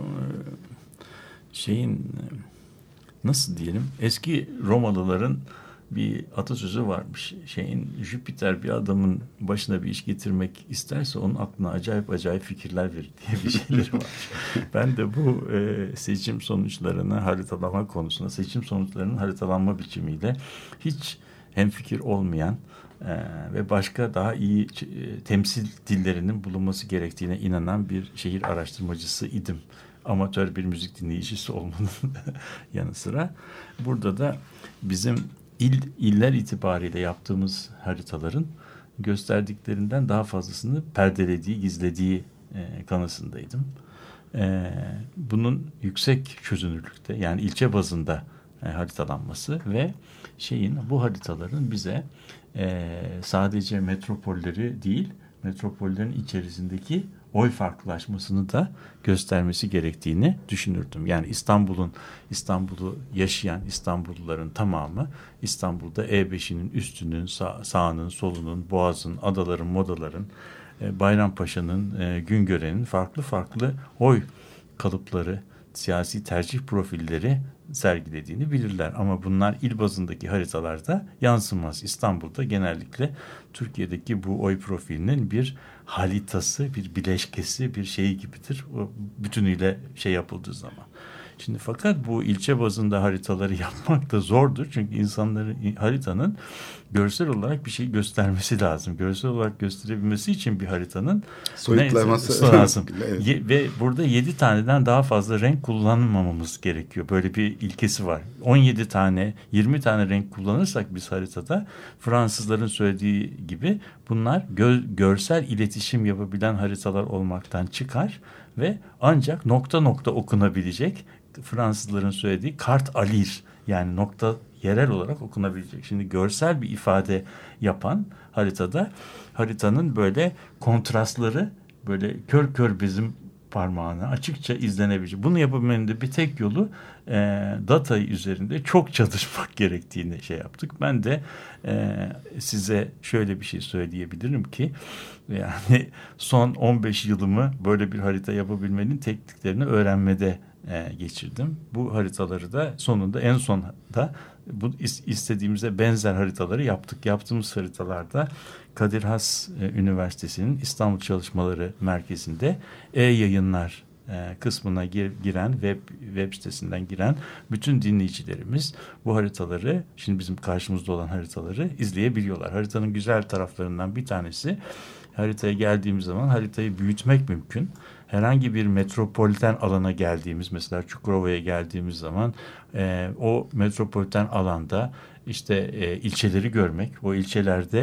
şeyin, nasıl diyelim, eski Romalıların bir atasözü varmış. Şeyin, Jüpiter bir adamın başına bir iş getirmek isterse onun aklına acayip acayip fikirler verir diye bir şeyleri var. Ben de bu e, seçim sonuçlarını haritalama konusunda, seçim sonuçlarının haritalanma biçimiyle hiç hemfikir olmayan e, ve başka daha iyi e, temsil dillerinin bulunması gerektiğine inanan bir şehir araştırmacısı idim. Amatör bir müzik dinleyicisi olmanın yanı sıra burada da bizim il iller itibariyle yaptığımız haritaların gösterdiklerinden daha fazlasını perdelediği, gizlediği e, kanısındaydım. E, bunun yüksek çözünürlükte, yani ilçe bazında e, haritalanması ve şeyin, bu haritaların bize e, sadece metropolleri değil, metropollerin içerisindeki oy farklılaşmasını da göstermesi gerektiğini düşünürdüm. Yani İstanbul'un İstanbul'u yaşayan İstanbulluların tamamı İstanbul'da E beşinin üstünün, sağ, sağının, solunun, Boğaz'ın, adaların, modaların, e, Bayrampaşa'nın, e, Güngören'in farklı farklı oy kalıpları, siyasi tercih profilleri sergilediğini bilirler. Ama bunlar il bazındaki haritalarda yansımaz. İstanbul'da genellikle Türkiye'deki bu oy profilinin bir haritası, bir bileşkesi, bir şeyi gibidir. O bütünüyle şey yapıldığı zaman. Şimdi fakat bu ilçe bazında haritaları yapmak da zordur. Çünkü insanların, haritanın görsel olarak bir şey göstermesi lazım. Görsel olarak gösterebilmesi için bir haritanın soyutlaması lazım. Evet. Ye, ve burada yedi taneden daha fazla renk kullanmamamız gerekiyor. Böyle bir ilkesi var. on yedi tane, yirmi tane renk kullanırsak biz haritada, Fransızların söylediği gibi bunlar gö, görsel iletişim yapabilen haritalar olmaktan çıkar ve ancak nokta nokta okunabilecek, Fransızların söylediği kart alir, yani nokta yerel olarak okunabilecek. Şimdi görsel bir ifade yapan haritada, haritanın böyle kontrastları böyle kör kör bizim parmağına açıkça izlenebilecek. Bunu yapabilmenin de bir tek yolu e, data üzerinde çok çalışmak gerektiğini şey yaptık. Ben de e, size şöyle bir şey söyleyebilirim ki, yani son on beş yılımı böyle bir harita yapabilmenin tekniklerini öğrenmede e, geçirdim. Bu haritaları da sonunda, en sonunda bu istediğimize benzer haritaları yaptık. Yaptığımız haritalarda Kadir Has e, Üniversitesi'nin İstanbul Çalışmaları Merkezi'nde e-yayınlar e, kısmına gir, giren web web sitesinden giren bütün dinleyicilerimiz bu haritaları, şimdi bizim karşımızda olan haritaları izleyebiliyorlar. Haritanın güzel taraflarından bir tanesi, haritaya geldiğimiz zaman haritayı büyütmek mümkün. Herhangi bir metropoliten alana geldiğimiz, mesela Çukurova'ya geldiğimiz zaman e, o metropoliten alanda işte e, ilçeleri görmek, o ilçelerde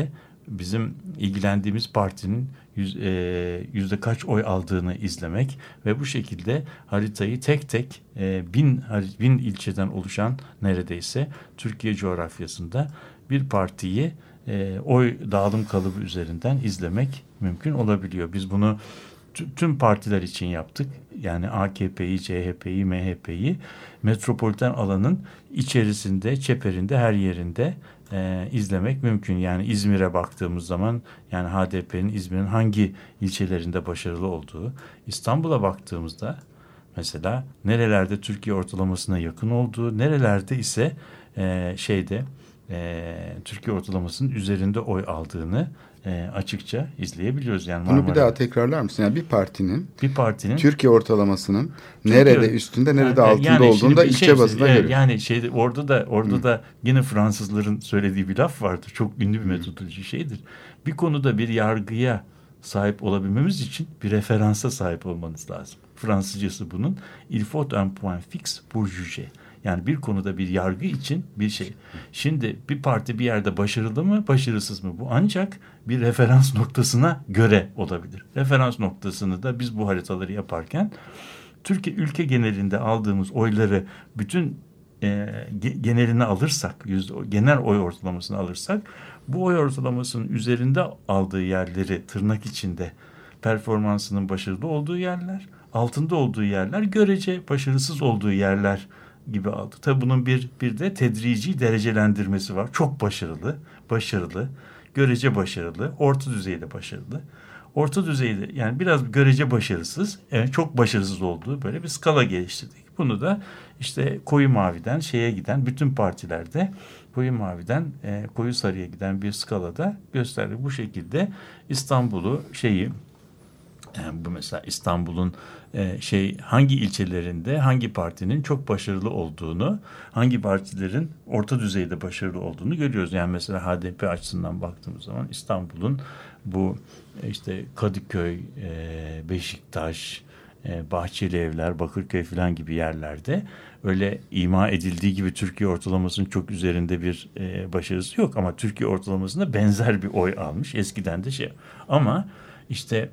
bizim ilgilendiğimiz partinin yüz, e, yüzde kaç oy aldığını izlemek ve bu şekilde haritayı tek tek e, bin, bin ilçeden oluşan neredeyse Türkiye coğrafyasında bir partiyi e, oy dağılım kalıbı üzerinden izlemek mümkün olabiliyor. Biz bunu t- tüm partiler için yaptık. Yani A K P'yi, C H P'yi, M H P'yi metropoliten alanın içerisinde, çeperinde, her yerinde e, izlemek mümkün. Yani İzmir'e baktığımız zaman yani H D P'nin İzmir'in hangi ilçelerinde başarılı olduğu, İstanbul'a baktığımızda mesela nerelerde Türkiye ortalamasına yakın olduğu, nerelerde ise e, şeyde e, Türkiye ortalamasının üzerinde oy aldığını e, açıkça izleyebiliyoruz. Yani Bunu bir Marmara'da. daha tekrarlar mısın? Yani bir partinin bir partinin Türkiye ortalamasının Türkiye- nerede üstünde, nerede Yani- altında yani olduğunu şimdi da bir ilçe şey- bazında e, görüyoruz. Yani şeyde orada da orada Hı. da yine Fransızların söylediği bir laf vardır. Çok ünlü bir metodoloji şeydir. Bir konuda bir yargıya sahip olabilmemiz için bir referansa sahip olmanız lazım. Fransızcası bunun il faut un point fixe pour juger. Yani bir konuda bir yargı için bir şey. Şimdi bir parti bir yerde başarılı mı, başarısız mı? Bu ancak bir referans noktasına göre olabilir. Referans noktasını da biz bu haritaları yaparken Türkiye ülke genelinde aldığımız oyları bütün e, genelini alırsak, yüzde, genel oy ortalamasını alırsak, bu oy ortalamasının üzerinde aldığı yerleri tırnak içinde performansının başarılı olduğu yerler, altında olduğu yerler, görece başarısız olduğu yerler gibi aldı. Tabii bunun bir bir de tedrici derecelendirmesi var. Çok başarılı, başarılı, görece başarılı, orta düzeyde başarılı. Orta düzeyde yani biraz görece başarısız, evet çok başarısız olduğu böyle bir skala geliştirdik. Bunu da işte koyu maviden şeye giden bütün partilerde koyu maviden e, koyu sarıya giden bir skalada gösterdik. Bu şekilde İstanbul'u şeyi yani bu mesela İstanbul'un e, şey hangi ilçelerinde hangi partinin çok başarılı olduğunu, hangi partilerin orta düzeyde başarılı olduğunu görüyoruz. Yani mesela H D P açısından baktığımız zaman İstanbul'un bu e, işte Kadıköy, e, Beşiktaş, e, Bahçelievler, Bakırköy falan gibi yerlerde öyle ima edildiği gibi Türkiye ortalamasının çok üzerinde bir e, başarısı yok ama Türkiye ortalamasına benzer bir oy almış. Eskiden de şey ama işte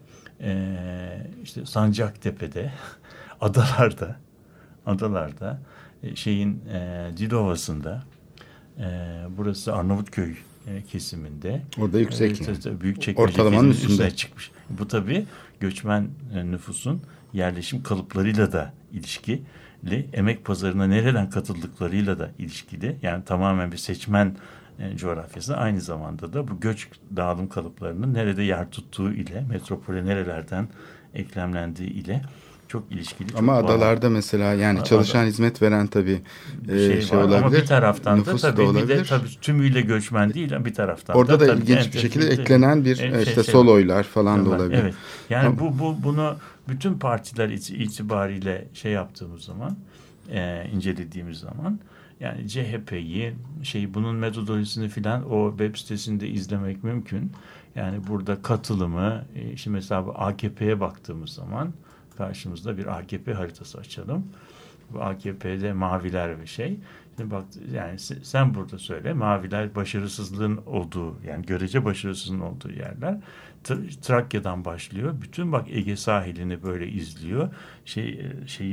Ee, işte Sancaktepe'de, adalarda, adalarda e, şeyin e, Dilovası'nda, e, burası Arnavutköy e, kesiminde. Orada yüksek. E, Büyükçekmece ortalamanın üstünde. üstüne çıkmış. Bu tabii göçmen e, nüfusun yerleşim kalıplarıyla da ilişkili, emek pazarına nereden katıldıklarıyla da ilişkili. Yani tamamen bir seçmen coğrafyası aynı zamanda da bu göç dağılım kalıplarının nerede yer tuttuğu ile metropole nerelerden eklemlendiği ile çok ilişkili. Çok ama bağlı. adalarda mesela yani Ada, çalışan hizmet veren tabii bir şey, e, şey var. olabilir. Ama bir taraftan da nüfus tabii da bir olabilir. de tabii tümüyle göçmen değil bir taraftan orada da, da tabii ilginç en- bir şekilde en- eklenen bir en- işte şey, sol şey, oylar falan da var. olabilir. Evet. Yani Ama, bu bu bunu bütün partiler itibariyle şey yaptığımız zaman e, incelediğimiz zaman yani C H P'yi şey bunun metodolojisini filan o web sitesinde izlemek mümkün. Yani burada katılımı işte mesela A K P'ye baktığımız zaman karşımızda bir A K P haritası açalım. Bu A K P'de maviler ve şey. Şimdi bak yani sen burada söyle maviler başarısızlığın olduğu yani görece başarısızlığın olduğu yerler. Trakya'dan başlıyor. Bütün bak Ege sahilini böyle izliyor. Şey şeyi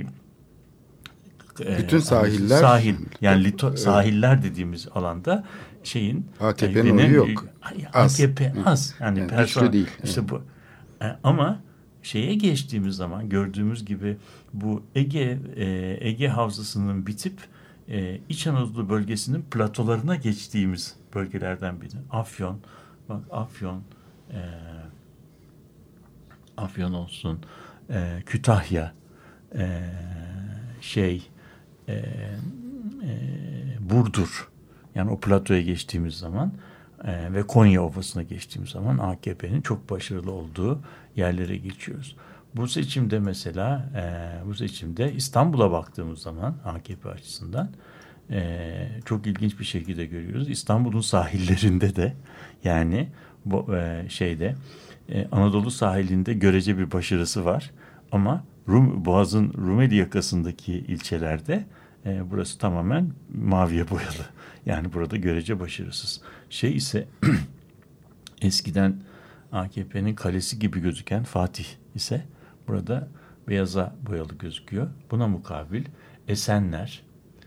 bütün sahiller sahil yani lito, sahiller dediğimiz alanda şeyin A K P'nin oyu yok. A K P az. Yani, yani person, güçlü değil. İşte evet. bu. Ama şeye geçtiğimiz zaman gördüğümüz gibi bu Ege e, Ege havzasının bitip e, İç Anadolu bölgesinin platolarına geçtiğimiz bölgelerden biri. Afyon, bak Afyon, e, Afyon olsun, e, Kütahya, e, şey, e, e, Burdur. Yani o platoya geçtiğimiz zaman e, ve Konya Ovası'na geçtiğimiz zaman A K P'nin çok başarılı olduğu yerlere geçiyoruz. Bu seçimde mesela e, bu seçimde İstanbul'a baktığımız zaman A K P açısından e, çok ilginç bir şekilde görüyoruz. İstanbul'un sahillerinde de yani bu e, şeyde e, Anadolu sahilinde görece bir başarısı var. Ama Rum, Boğaz'ın Rumeli yakasındaki ilçelerde e, burası tamamen maviye boyalı. Yani burada görece başarısız. Şey ise eskiden A K P'nin kalesi gibi gözüken Fatih ise burada beyaza boyalı gözüküyor. Buna mukabil Esenler,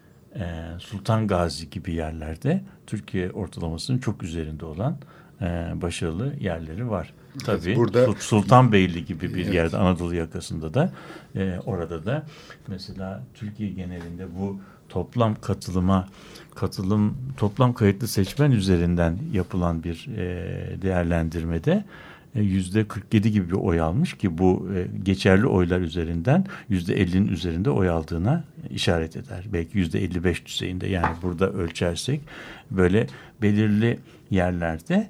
Sultan Gazi gibi yerlerde Türkiye ortalamasının çok üzerinde olan başarılı yerleri var. Tabii burada, Sultanbeyli gibi bir evet. yerde Anadolu yakasında da orada da mesela Türkiye genelinde bu toplam katılıma katılım toplam kayıtlı seçmen üzerinden yapılan bir değerlendirmede yüzde kırk yedi gibi bir oy almış ki bu geçerli oylar üzerinden yüzde ellinin üzerinde oy aldığına işaret eder. Belki yüzde elli beş düzeyinde, yani burada ölçersek böyle belirli yerlerde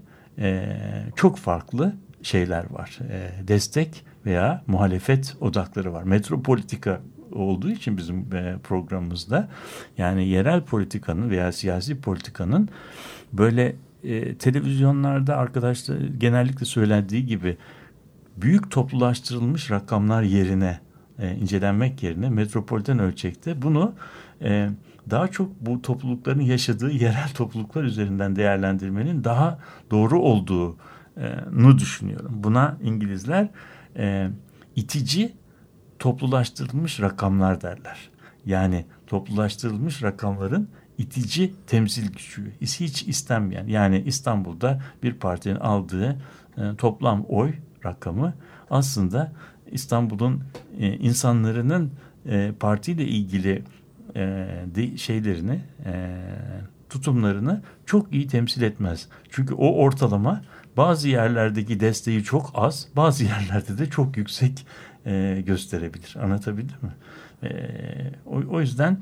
çok farklı şeyler var. Destek veya muhalefet odakları var. Metropolitika olduğu için bizim programımızda, yani yerel politikanın veya siyasi politikanın böyle e, televizyonlarda arkadaşlar genellikle söylendiği gibi büyük toplulaştırılmış rakamlar yerine e, incelenmek yerine metropoliten ölçekte bunu e, daha çok bu toplulukların yaşadığı yerel topluluklar üzerinden değerlendirmenin daha doğru olduğunu düşünüyorum. Buna İngilizler e, itici toplulaştırılmış rakamlar derler. Yani toplulaştırılmış rakamların itici temsil gücü, hiç istenmeyen, yani İstanbul'da bir partinin aldığı e, toplam oy rakamı aslında İstanbul'un e, insanların e, partiyle ilgili e, de, şeylerini, e, tutumlarını çok iyi temsil etmez. Çünkü o ortalama bazı yerlerdeki desteği çok az, bazı yerlerde de çok yüksek e, gösterebilir. Anlatabildim mi? E, o, o yüzden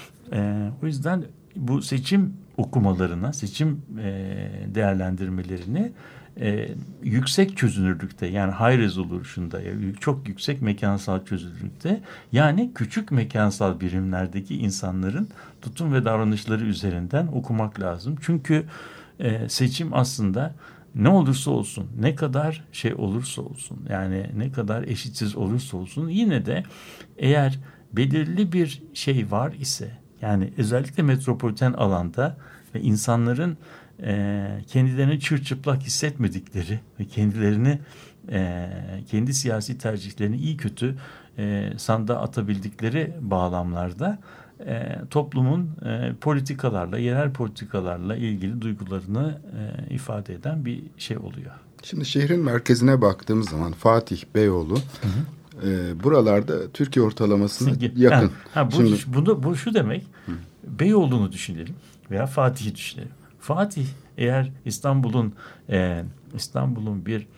e, o yüzden bu seçim okumalarına, seçim e, değerlendirmelerini e, yüksek çözünürlükte, yani high resolution'da, çok yüksek mekansal çözünürlükte, yani küçük mekansal birimlerdeki insanların tutum ve davranışları üzerinden okumak lazım. Çünkü e, seçim aslında ne olursa olsun, ne kadar şey olursa olsun, yani ne kadar eşitsiz olursa olsun, yine de eğer belirli bir şey var ise, yani özellikle metropoliten alanda ve insanların e, kendilerini çırçıplak hissetmedikleri ve kendilerini e, kendi siyasi tercihlerini iyi kötü e, sandığa atabildikleri bağlamlarda e, toplumun e, politikalarla, yerel politikalarla ilgili duygularını e, ifade eden bir şey oluyor. Şimdi şehrin merkezine baktığımız zaman Fatih, Beyoğlu, hı hı. E, buralarda Türkiye ortalamasına yakın. Yani, ha, bu, Şimdi, bunu, bu şu demek, hı. Beyoğlu'nu düşünelim veya Fatih'i düşünelim. Fatih eğer İstanbul'un e, İstanbul'un bir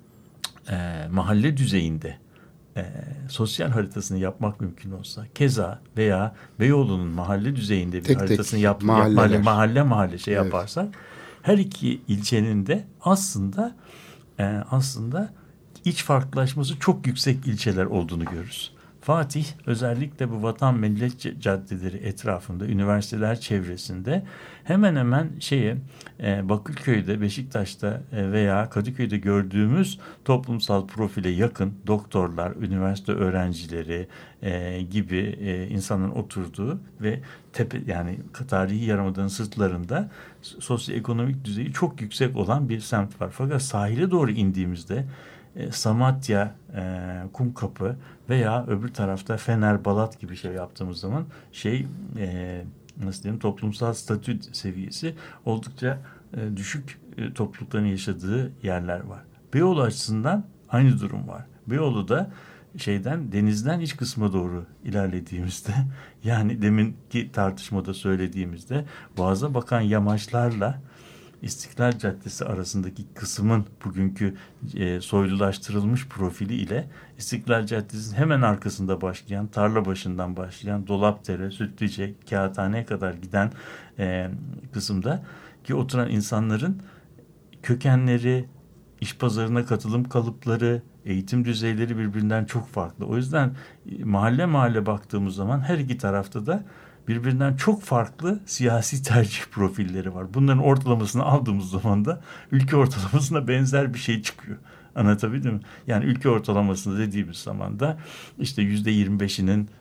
e, mahalle düzeyinde e, sosyal haritasını yapmak mümkün olsa, keza veya Beyoğlu'nun mahalle düzeyinde bir tek haritasını tek, yap, mahalle mahalle mahalle şey evet. yaparsak, her iki ilçenin de aslında e, aslında iç farklılaşması çok yüksek ilçeler olduğunu görürüz. Fatih özellikle bu vatan millet caddeleri etrafında, üniversiteler çevresinde hemen hemen şeye e, Bakırköy'de, Beşiktaş'ta e, veya Kadıköy'de gördüğümüz toplumsal profile yakın doktorlar, üniversite öğrencileri e, gibi e, insanların oturduğu ve tepe, yani tarihi yarımadanın sırtlarında sosyoekonomik düzeyi çok yüksek olan bir semt var. Fakat sahile doğru indiğimizde Samatya, e, Kumkapı veya öbür tarafta Fener, Balat gibi şey yaptığımız zaman şey e, nasıl diyeyim, toplumsal statü seviyesi oldukça e, düşük e, toplulukların yaşadığı yerler var. Beyoğlu açısından aynı durum var. Beyoğlu'da şeyden, denizden iç kısma doğru ilerlediğimizde, yani deminki tartışmada söylediğimizde Boğaz'a bakan yamaçlarla İstiklal Caddesi arasındaki kısmın bugünkü e, soylulaştırılmış profili ile İstiklal Caddesi'nin hemen arkasında başlayan, Tarlabaşı'ndan başlayan Dolapdere, Sütlüce, Kağıthane'ye kadar giden e, kısımda ki oturan insanların kökenleri, iş pazarına katılım kalıpları, eğitim düzeyleri birbirinden çok farklı. O yüzden mahalle mahalle baktığımız zaman her iki tarafta da birbirinden çok farklı siyasi tercih profilleri var. Bunların ortalamasını aldığımız zaman da ülke ortalamasına benzer bir şey çıkıyor. Anlatabildim mi? Yani ülke ortalamasını dediğimiz zaman da işte yüzde yirmi beşinin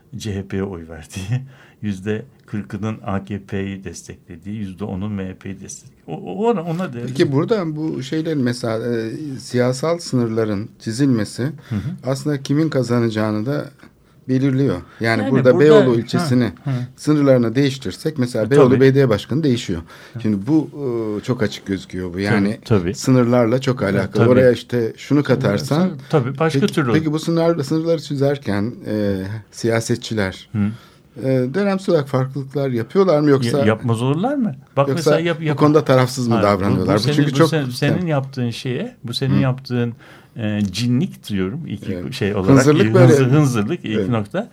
C H P'ye oy verdiği, yüzde kırkının A K P'yi desteklediği, yüzde onun M H P'yi desteklediği. O, ona, ona da... Peki burada bu şeylerin mesela e, siyasal sınırların çizilmesi hı hı. aslında kimin kazanacağını da belirliyor. Yani, yani burada, burada Beyoğlu ilçesini ha, ha. sınırlarını değiştirsek mesela e, Beyoğlu tabii. Belediye Başkanı değişiyor. Ha. Şimdi bu e, çok açık gözüküyor bu. Yani tabii, tabii. sınırlarla çok alakalı. Tabii. Oraya işte şunu katarsan tabii başka peki, türlü. Peki bu sınırlar, sınırları çizerken e, siyasetçiler Hı. E, dönemsel olarak farklılıklar yapıyorlar mı yoksa? Ya, yapmaz olurlar mı? Bak yoksa mesela yap, yap, bu konuda tarafsız mı hayır, davranıyorlar? Bu, bu, senin, çünkü bu çok sen, senin yani. yaptığın şeye, bu senin Hı. yaptığın e, cinlik diyorum ilk evet. şey olarak. Hınzırlık böyle. Hınzır, hınzırlık ilk evet. nokta.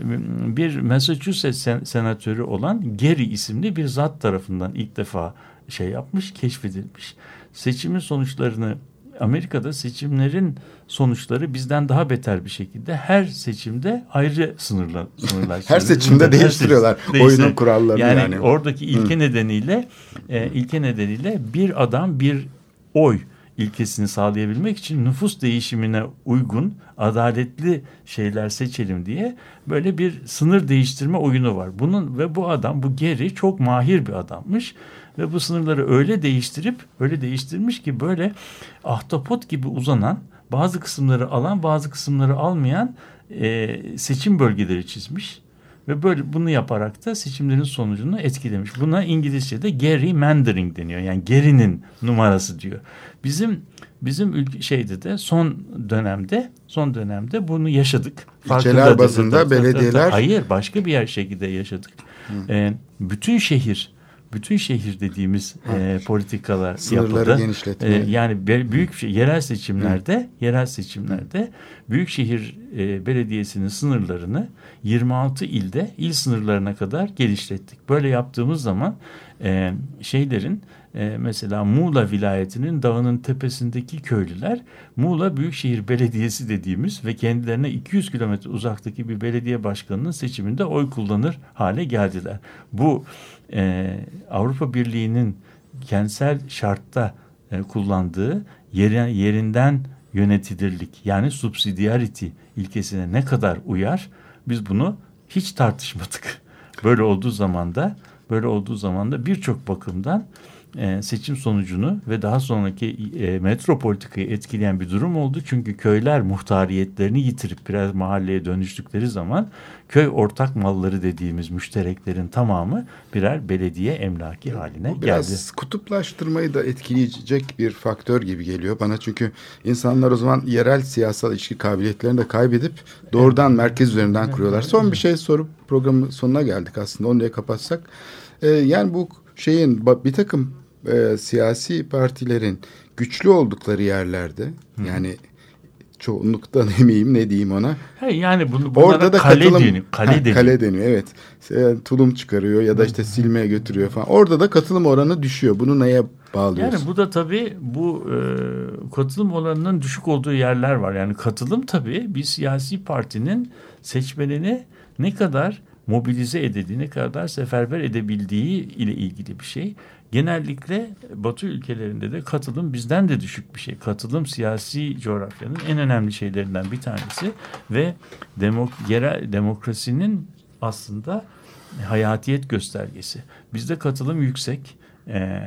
Bir Massachusetts sen, senatörü olan Gary isimli bir zat tarafından ilk defa şey yapmış, keşfedilmiş. Seçimin sonuçlarını Amerika'da seçimlerin sonuçları bizden daha beter bir şekilde her seçimde ayrı sınırlar. sınırlar her seçimde her değiştiriyorlar seçim, oyunun kurallarını. Yani, yani. oradaki ilke Hı. nedeniyle e, ilke nedeniyle bir adam bir oy ilkesini sağlayabilmek için nüfus değişimine uygun adaletli şeyler seçelim diye böyle bir sınır değiştirme oyunu var. Bunun ve bu adam bu Gary çok mahir bir adammış. Ve bu sınırları öyle değiştirip öyle değiştirmiş ki böyle ahtapot gibi uzanan bazı kısımları alan bazı kısımları almayan e, seçim bölgeleri çizmiş. Ve böyle bunu yaparak da seçimlerin sonucunu etkilemiş. Buna İngilizce'de gerrymandering deniyor. Yani Gary'nin numarası diyor. Bizim bizim ülke şeyde de son dönemde son dönemde bunu yaşadık. İlçeler bazında da, belediyeler. Da, da, hayır başka bir yer şekilde yaşadık. E, bütün şehir Bütün şehir dediğimiz e, politikalar sınırları yapıldı. genişletme. E, yani be, büyük şey, yerel seçimlerde, Hı. yerel seçimlerde büyükşehir e, belediyesinin sınırlarını yirmi altı ilde il sınırlarına kadar genişlettik. Böyle yaptığımız zaman e, şeylerin e, mesela Muğla vilayetinin dağının tepesindeki köylüler Muğla Büyükşehir Belediyesi dediğimiz ve kendilerine iki yüz kilometre uzaktaki bir belediye başkanının seçiminde oy kullanır hale geldiler. Bu e, Avrupa Birliği'nin kentsel şartta e, kullandığı yerin, yerinden yönetilirlik yani subsidiarity ilkesine ne kadar uyar biz bunu hiç tartışmadık. Böyle olduğu zaman da böyle olduğu zaman da birçok bakımdan e, seçim sonucunu ve daha sonraki e, metro politikayı etkileyen bir durum oldu. Çünkü köyler muhtariyetlerini yitirip biraz mahalleye dönüştükleri zaman köy ortak malları dediğimiz müştereklerin tamamı birer belediye emlaki haline geldi. Biraz kutuplaştırmayı da etkileyecek bir faktör gibi geliyor bana. Çünkü insanlar o zaman yerel siyasal ilişki kabiliyetlerini de kaybedip doğrudan evet. merkez üzerinden evet. kuruyorlar. Son bir şey sorup programın sonuna geldik aslında. Onu da kapatsak. Ee, yani bu şeyin bir takım e, siyasi partilerin güçlü oldukları yerlerde Hı. yani çoğunluktan emeyim ne diyeyim ona. He, yani bunu orada da kale katılım deniyor. Kale, ha, kale deniyor. Evet. E, tulum çıkarıyor ya da işte silmeye götürüyor falan. Orada da katılım oranı düşüyor. Bunu neye bağlıyorsun? Yani bu da tabii bu e, katılım oranının düşük olduğu yerler var. Yani katılım tabii bir siyasi partinin seçmenini ne kadar mobilize edildiği, ne kadar seferber edebildiği ile ilgili bir şey. Genellikle Batı ülkelerinde de katılım bizden de düşük bir şey. Katılım siyasi coğrafyanın en önemli şeylerinden bir tanesi ve demok yerel demokrasinin aslında hayatiyet göstergesi. Bizde katılım yüksek ee,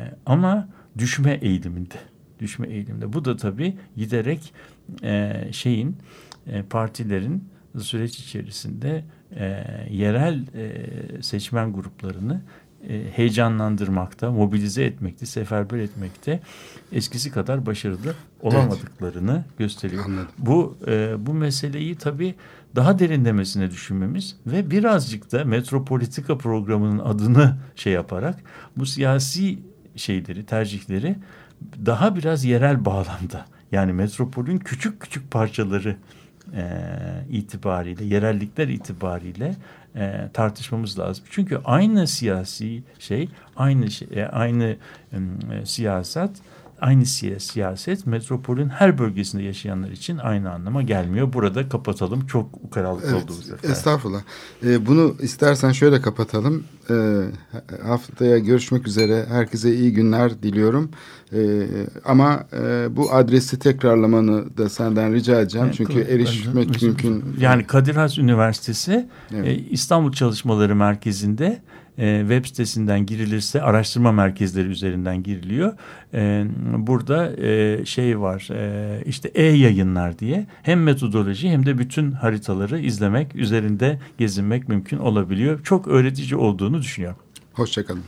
ama düşme eğiliminde. Düşme eğiliminde. Bu da tabii giderek e, şeyin e, partilerin süreç içerisinde e, yerel e, seçmen gruplarını e, heyecanlandırmakta, mobilize etmekte, seferber etmekte eskisi kadar başarılı olamadıklarını evet. gösteriyor. Anladım. Bu e, bu meseleyi tabii daha derinlemesine düşünmemiz ve birazcık da metropolitika programının adını şey yaparak bu siyasi şeyleri, tercihleri daha biraz yerel bağlamda yani metropolün küçük küçük parçaları E, itibariyle, yerellikler itibariyle e, tartışmamız lazım. Çünkü aynı siyasi şey, aynı şey, e, aynı e, siyaset aynı siyaset metropolün her bölgesinde yaşayanlar için aynı anlama gelmiyor. Burada kapatalım. Çok ukalalık Evet, oldu bu sefer. Estağfurullah. Ee, bunu istersen şöyle kapatalım. Ee, haftaya görüşmek üzere. Herkese iyi günler diliyorum. Ee, ama e, bu adresi tekrarlamanı da senden rica edeceğim. Evet, Çünkü erişmek Kadir- mümkün. Yani Kadir Has Üniversitesi Evet. e, İstanbul Çalışmaları Merkezi'nde e, web sitesinden girilirse araştırma merkezleri üzerinden giriliyor. E, burada e, şey var e, işte e-yayınlar diye hem metodoloji hem de bütün haritaları izlemek, üzerinde gezinmek mümkün olabiliyor. Çok öğretici olduğunu düşünüyorum. Hoşçakalın.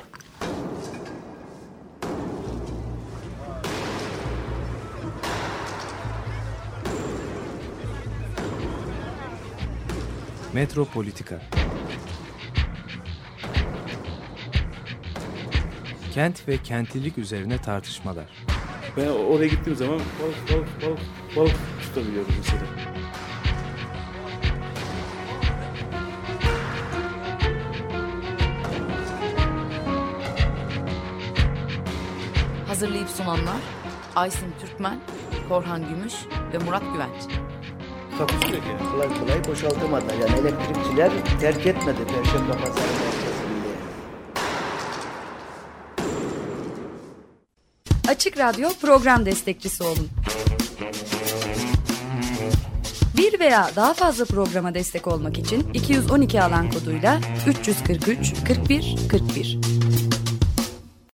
Metropolitika. Kent ve kentlilik üzerine tartışmalar. Ben oraya gittiğim zaman balık balık balık balık tutabiliyorum mesela. Hazırlayıp sunanlar Aysin Türkmen, Korhan Gümüş ve Murat Güvenç. Takusuyor ki yani. Kolay kolay boşaltamadı. Yani elektrikçiler terk etmedi Perşembe Pazarı merkezini. Açık Radyo program destekçisi olun. Bir veya daha fazla programa destek olmak için iki yüz on iki alan koduyla üç yüz kırk üç kırk bir kırk bir